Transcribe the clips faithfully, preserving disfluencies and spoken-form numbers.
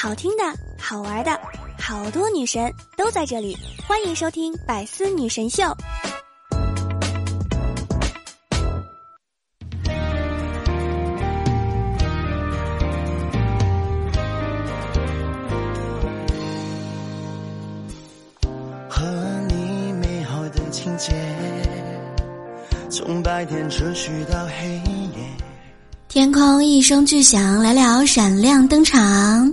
好听的、好玩的，好多女神都在这里，欢迎收听百思女神秀。 和你美好的情节，从白天持续到黑夜。 天空一声巨响，聊聊闪亮登场。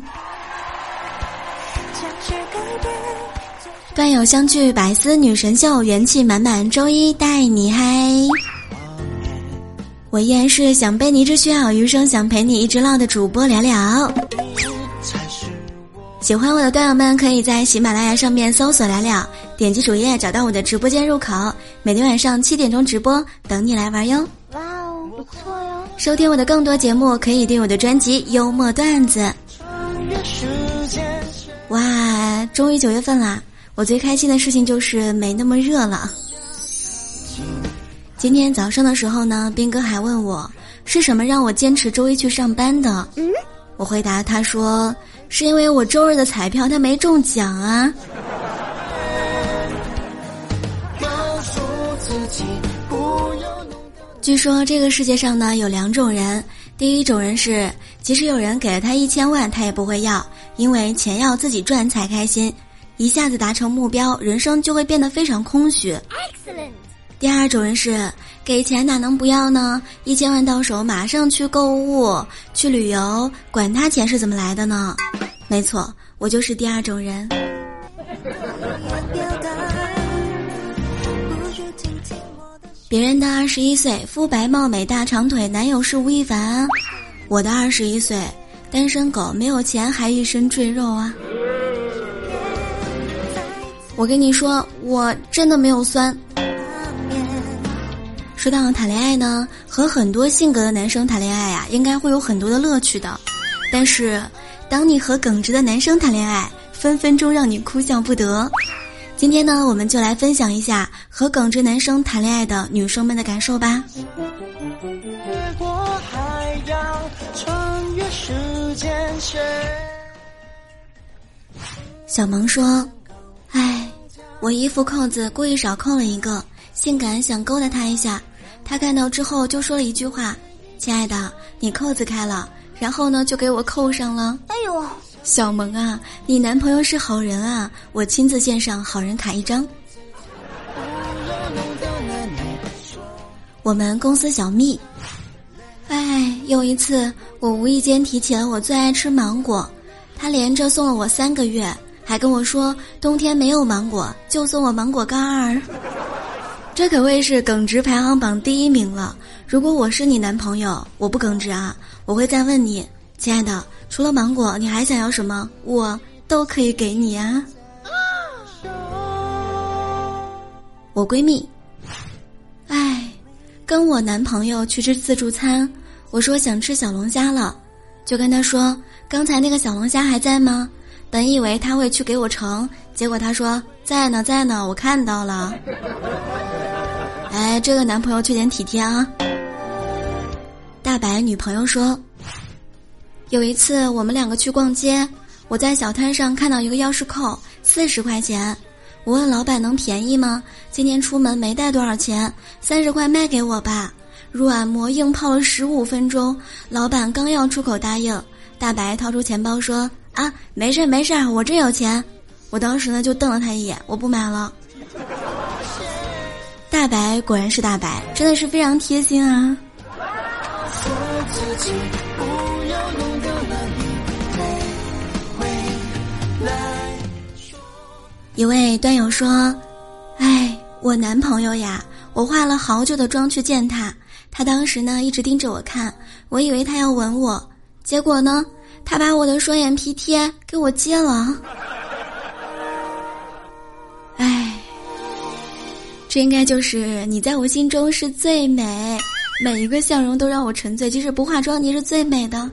段友相聚，百思女神秀，元气满满，周一带你嗨。我依然是想被你一直需要，余生想陪你一直唠的主播聊聊。喜欢我的段友们可以在喜马拉雅上面搜索聊聊，点击主页找到我的直播间入口，每天晚上七点钟直播，等你来玩哟。 哇哦，不错哟！ 收听我的更多节目，可以订我的专辑《幽默段子》。哇，终于九月份啦！我最开心的事情就是没那么热了。今天早上的时候呢，斌哥还问我是什么让我坚持周一去上班的。嗯，我回答他说是因为我周日的彩票他没中奖啊。据说这个世界上呢有两种人，第一种人是即使有人给了他一千万他也不会要，因为钱要自己赚才开心，一下子达成目标，人生就会变得非常空虚。Excellent。第二种人是给钱哪能不要呢？一千万到手马上去购物去旅游，管他钱是怎么来的呢？没错，我就是第二种人。别人的二十一岁，肤白貌美大长腿，男友是吴亦凡。我的二十一岁，单身狗，没有钱还一身赘肉啊。我跟你说，我真的没有酸。说到谈恋爱呢，和很多性格的男生谈恋爱啊，应该会有很多的乐趣的。但是，当你和耿直的男生谈恋爱，分分钟让你哭笑不得。今天呢，我们就来分享一下和耿直男生谈恋爱的女生们的感受吧。 越过海洋，穿越时间线。 小萌说，唉，我衣服扣子故意少扣了一个，性感想勾搭他一下，他看到之后就说了一句话，亲爱的，你扣子开了，然后呢就给我扣上了。哎呦，小萌啊，你男朋友是好人啊，我亲自献上好人卡一张。我们公司小蜜，哎，有一次我无意间提起了我最爱吃芒果，他连着送了我三个月，还跟我说冬天没有芒果，就送我芒果干儿。这可谓是耿直排行榜第一名了。如果我是你男朋友，我不耿直啊，我会再问你，亲爱的，除了芒果你还想要什么？我都可以给你啊。我闺蜜，哎，跟我男朋友去吃自助餐，我说想吃小龙虾了，就跟他说刚才那个小龙虾还在吗？本以为他会去给我盛，结果他说在呢在呢，我看到了。哎，这个男朋友缺点体贴啊。大白女朋友说，有一次我们两个去逛街，我在小摊上看到一个钥匙扣，四十块钱。我问老板能便宜吗？今天出门没带多少钱，三十块卖给我吧。软磨硬泡了十五分钟，老板刚要出口答应，大白掏出钱包说啊，没事没事，我这有钱。我当时呢就瞪了他一眼，我不买了。大白果然是大白，真的是非常贴心啊。一位端友说，哎，我男朋友呀，我化了好久的妆去见他，他当时呢一直盯着我看，我以为他要吻我，结果呢他把我的双眼皮贴给我揭了。哎，这应该就是你在我心中是最美，每一个笑容都让我沉醉，即使不化妆你是最美的。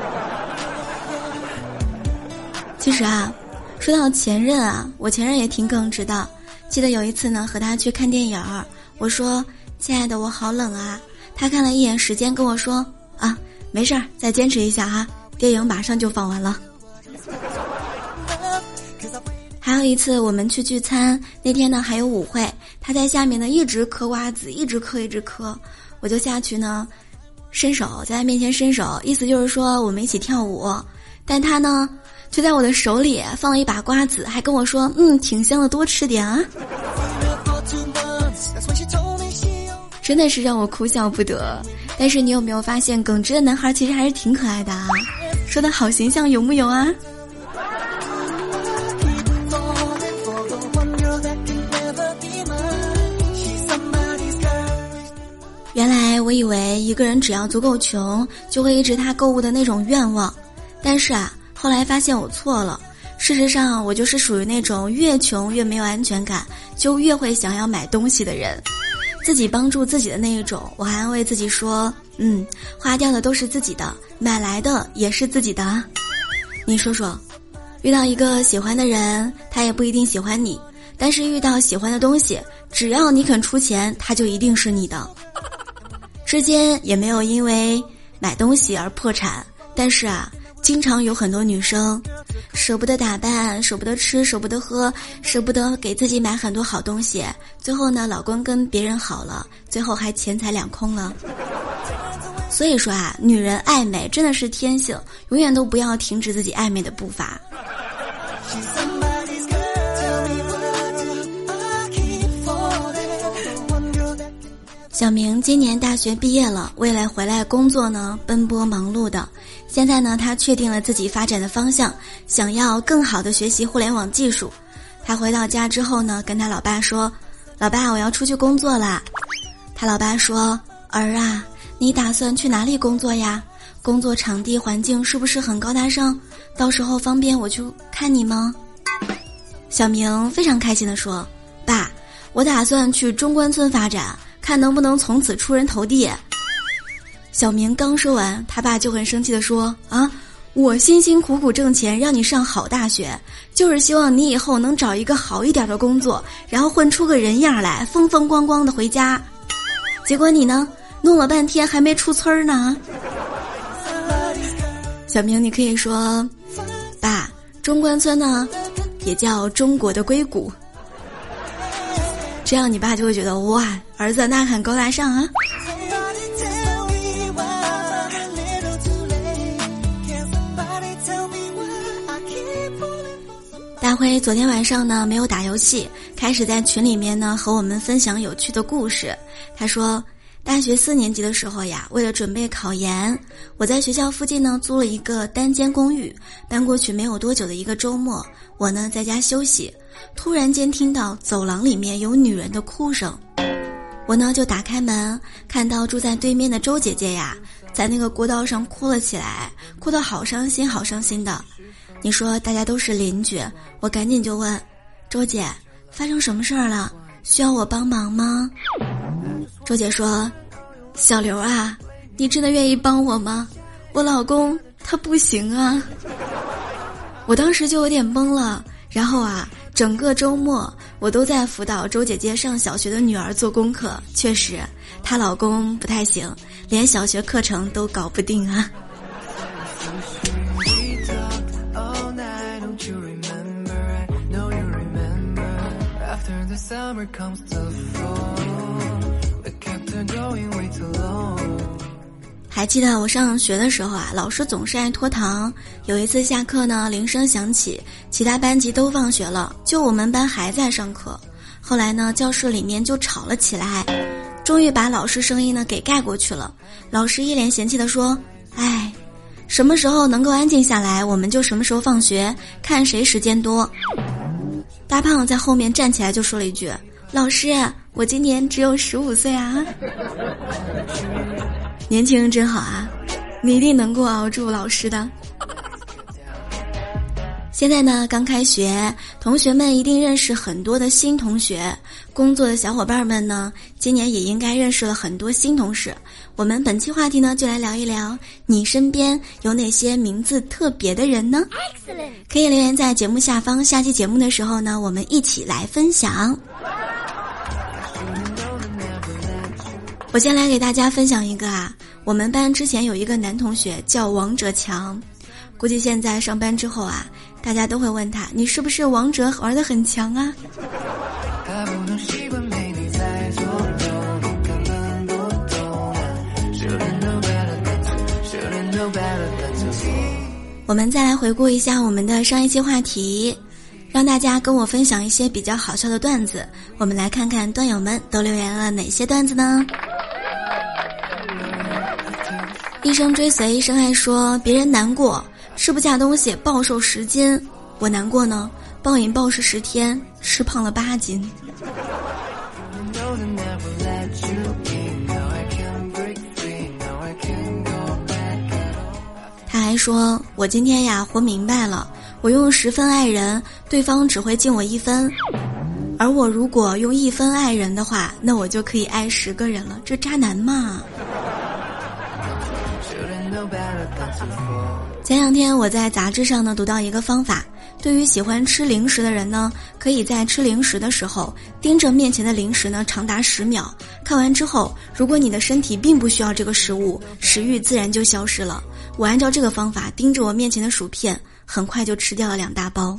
其实啊，说到前任啊，我前任也挺耿直的。记得有一次呢，和他去看电影，我说亲爱的我好冷啊，他看了一眼时间跟我说啊，没事儿，再坚持一下哈，电影马上就放完了。 还有一次我们去聚餐，那天呢还有舞会，他在下面呢一直嗑瓜子，一直嗑一直嗑，我就下去呢伸手在他面前伸手，意思就是说我们一起跳舞，但他呢却在我的手里放了一把瓜子，还跟我说嗯挺香的，多吃点啊。真的是让我哭笑不得。但是你有没有发现耿直的男孩其实还是挺可爱的啊？说的好形象，有木有啊？原来我以为一个人只要足够穷就会抑制他购物的那种愿望，但是啊后来发现我错了。事实上我就是属于那种越穷越没有安全感就越会想要买东西的人，自己帮助自己的那一种。我还安慰自己说嗯，花掉的都是自己的，买来的也是自己的。你说说，遇到一个喜欢的人他也不一定喜欢你，但是遇到喜欢的东西只要你肯出钱他就一定是你的。之间也没有因为买东西而破产，但是啊经常有很多女生舍不得打扮，舍不得吃，舍不得喝，舍不得给自己买很多好东西，最后呢老公跟别人好了，最后还钱财两空了。所以说啊，女人爱美真的是天性，永远都不要停止自己爱美的步伐。小明今年大学毕业了，为了回来工作呢奔波忙碌的。现在呢他确定了自己发展的方向，想要更好的学习互联网技术。他回到家之后呢跟他老爸说，老爸我要出去工作啦。他老爸说，儿啊你打算去哪里工作呀？工作场地环境是不是很高大上？到时候方便我去看你吗？小明非常开心地说，爸我打算去中关村发展，看能不能从此出人头地。小明刚说完，他爸就很生气地说，啊，我辛辛苦苦挣钱让你上好大学，就是希望你以后能找一个好一点的工作，然后混出个人样来，风风光光的回家。结果你呢，弄了半天还没出村呢。小明你可以说，爸，中关村呢也叫中国的硅谷。这样你爸就会觉得，哇，儿子那很高大上啊。大辉昨天晚上呢没有打游戏，开始在群里面呢和我们分享有趣的故事。他说，大学四年级的时候呀，为了准备考研，我在学校附近呢租了一个单间公寓。搬过去没有多久的一个周末，我呢在家休息，突然间听到走廊里面有女人的哭声。我呢就打开门，看到住在对面的周姐姐呀，在那个过道上哭了起来，哭得好伤心好伤心的。你说大家都是邻居，我赶紧就问周姐，发生什么事儿了？需要我帮忙吗？周姐说，小刘啊，你真的愿意帮我吗？我老公他不行啊。我当时就有点懵了，然后啊整个周末我都在辅导周姐姐上小学的女儿做功课。确实她老公不太行，连小学课程都搞不定啊。还记得我上学的时候啊，老师总是爱拖堂。有一次下课呢，铃声响起，其他班级都放学了，就我们班还在上课。后来呢，教室里面就吵了起来，终于把老师声音呢给盖过去了。老师一脸嫌弃地说，哎，什么时候能够安静下来，我们就什么时候放学，看谁时间多。大胖在后面站起来就说了一句，老师，我今年只有十五岁啊。年轻人真好啊，你一定能够熬住老师的。现在呢刚开学，同学们一定认识很多的新同学，工作的小伙伴们呢今年也应该认识了很多新同事。我们本期话题呢就来聊一聊，你身边有哪些名字特别的人呢？ Excellent. 可以留言在节目下方，下期节目的时候呢我们一起来分享。我先来给大家分享一个啊，我们班之前有一个男同学叫王者强。 估计现在上班之后啊，大家都会问他，你是不是王者玩得很强啊？我们再来回顾一下我们的上一期话题，让大家跟我分享一些比较好笑的段子。我们来看看段友们都留言了哪些段子呢？一生追随深爱说，别人难过吃不下东西暴瘦十斤，我难过呢暴饮暴食十天吃胖了八斤。他还说，我今天呀活明白了，我用十分爱人，对方只会敬我一分，而我如果用一分爱人的话，那我就可以爱十个人了，这渣男嘛。前两天我在杂志上呢读到一个方法，对于喜欢吃零食的人呢，可以在吃零食的时候盯着面前的零食呢长达十秒，看完之后，如果你的身体并不需要这个食物，食欲自然就消失了。我按照这个方法盯着我面前的薯片，很快就吃掉了两大包。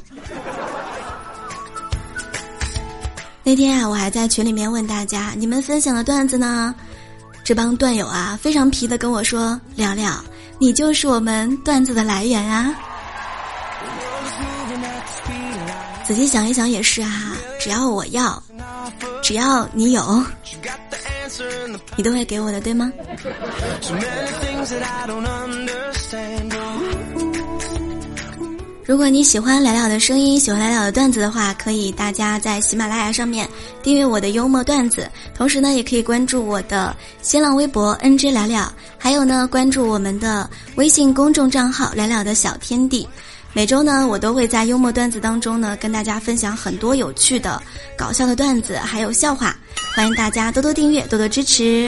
那天啊，我还在群里面问大家，你们分享的段子呢？这帮段友啊非常皮的跟我说，聊聊你就是我们段子的来源啊。仔细想一想也是啊，只要我要，只要你有，你都会给我的，对吗？如果你喜欢聊聊的声音，喜欢聊聊的段子的话，可以大家在喜马拉雅上面订阅我的幽默段子，同时呢也可以关注我的新浪微博 N J 聊聊，还有呢关注我们的微信公众账号聊聊的小天地。每周呢我都会在幽默段子当中呢跟大家分享很多有趣的搞笑的段子还有笑话，欢迎大家多多订阅多多支持。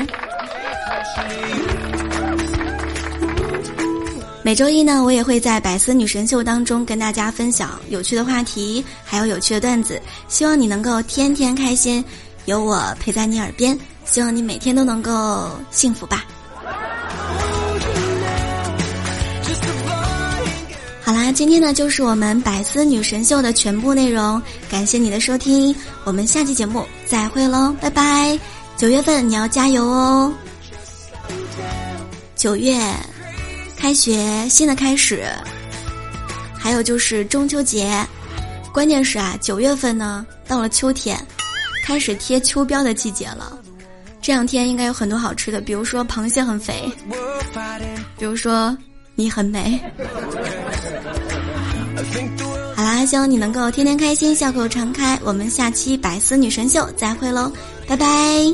每周一呢我也会在百思女神秀当中跟大家分享有趣的话题还有有趣的段子，希望你能够天天开心，有我陪在你耳边，希望你每天都能够幸福吧。好啦，今天呢就是我们百思女神秀的全部内容，感谢你的收听，我们下期节目再会喽，拜拜。九月份你要加油哦，九月开学，新的开始，还有就是中秋节，关键是啊，九月份呢到了秋天，开始贴秋膘的季节了。这两天应该有很多好吃的，比如说螃蟹很肥，比如说你很美。好啦，希望你能够天天开心，笑口常开。我们下期百思女神秀再会喽，拜拜。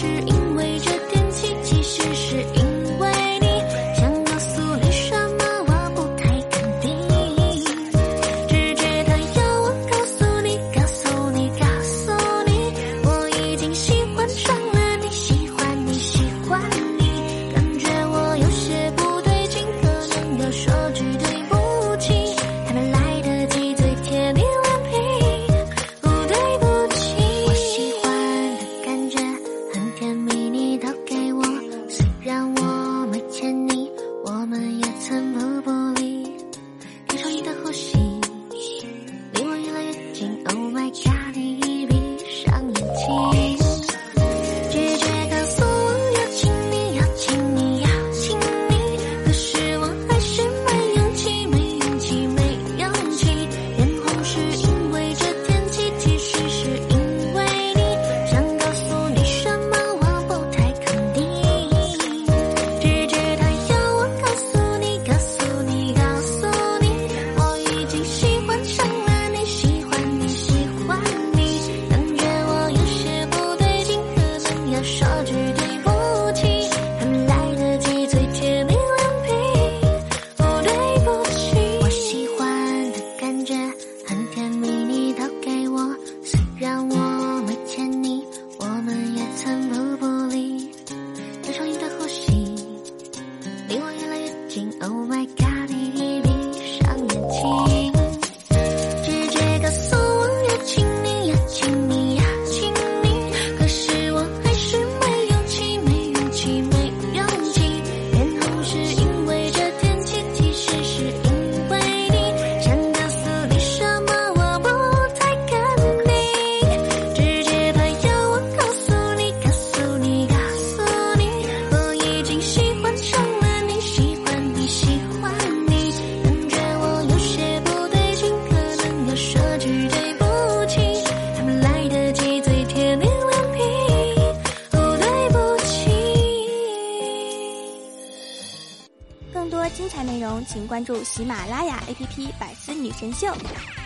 是因为这天气，其实是因为你。想告诉你什么，我不太肯定。直觉它要我告诉你，告诉你，告诉你，我已经喜欢上了你，喜欢你，喜欢你。感觉我有些不对劲，可能要说句对不起，还没来得及嘴贴你脸皮。哦，对不起，我喜欢的感觉很甜蜜，你都给我，虽然我没牵你，我们也曾不不离。感受你的呼吸，离我越来越近。Oh my god， 你一闭上眼睛，直觉告诉我要亲你，要亲你，要亲你。可是我还是没勇气，没勇气，没勇气。脸红是因为这天气，其实是因为你。想告诉你什么，我不太肯定。直觉它要我告诉你，告诉你，告诉你，我已经喜欢上了你，喜欢你，喜欢你。感觉我有些不对劲，可能要说句对不起，还没来得及嘴贴你脸皮。哦，对不起，我喜欢的感觉很甜蜜，你都给我，虽然我没牵你，我们也曾不不离。感受你的呼吸，离我越来越近。Oh my god， 你一闭上眼睛，直觉告诉我要亲你，要亲你，要亲你。可是我还是没勇气，没勇气，没勇气。脸红是因为这天气，其实是因为你。想告诉你什么，我不太肯定。直觉它要我告诉你，告诉你，告诉你，我已经喜欢上了你，喜欢你，喜欢你。感觉我有些不对劲，可能要说句对不起，还没来得及嘴贴你脸皮。哦，对不起。 更多精彩内容，请关注喜马拉雅 A P P《百思女神秀》。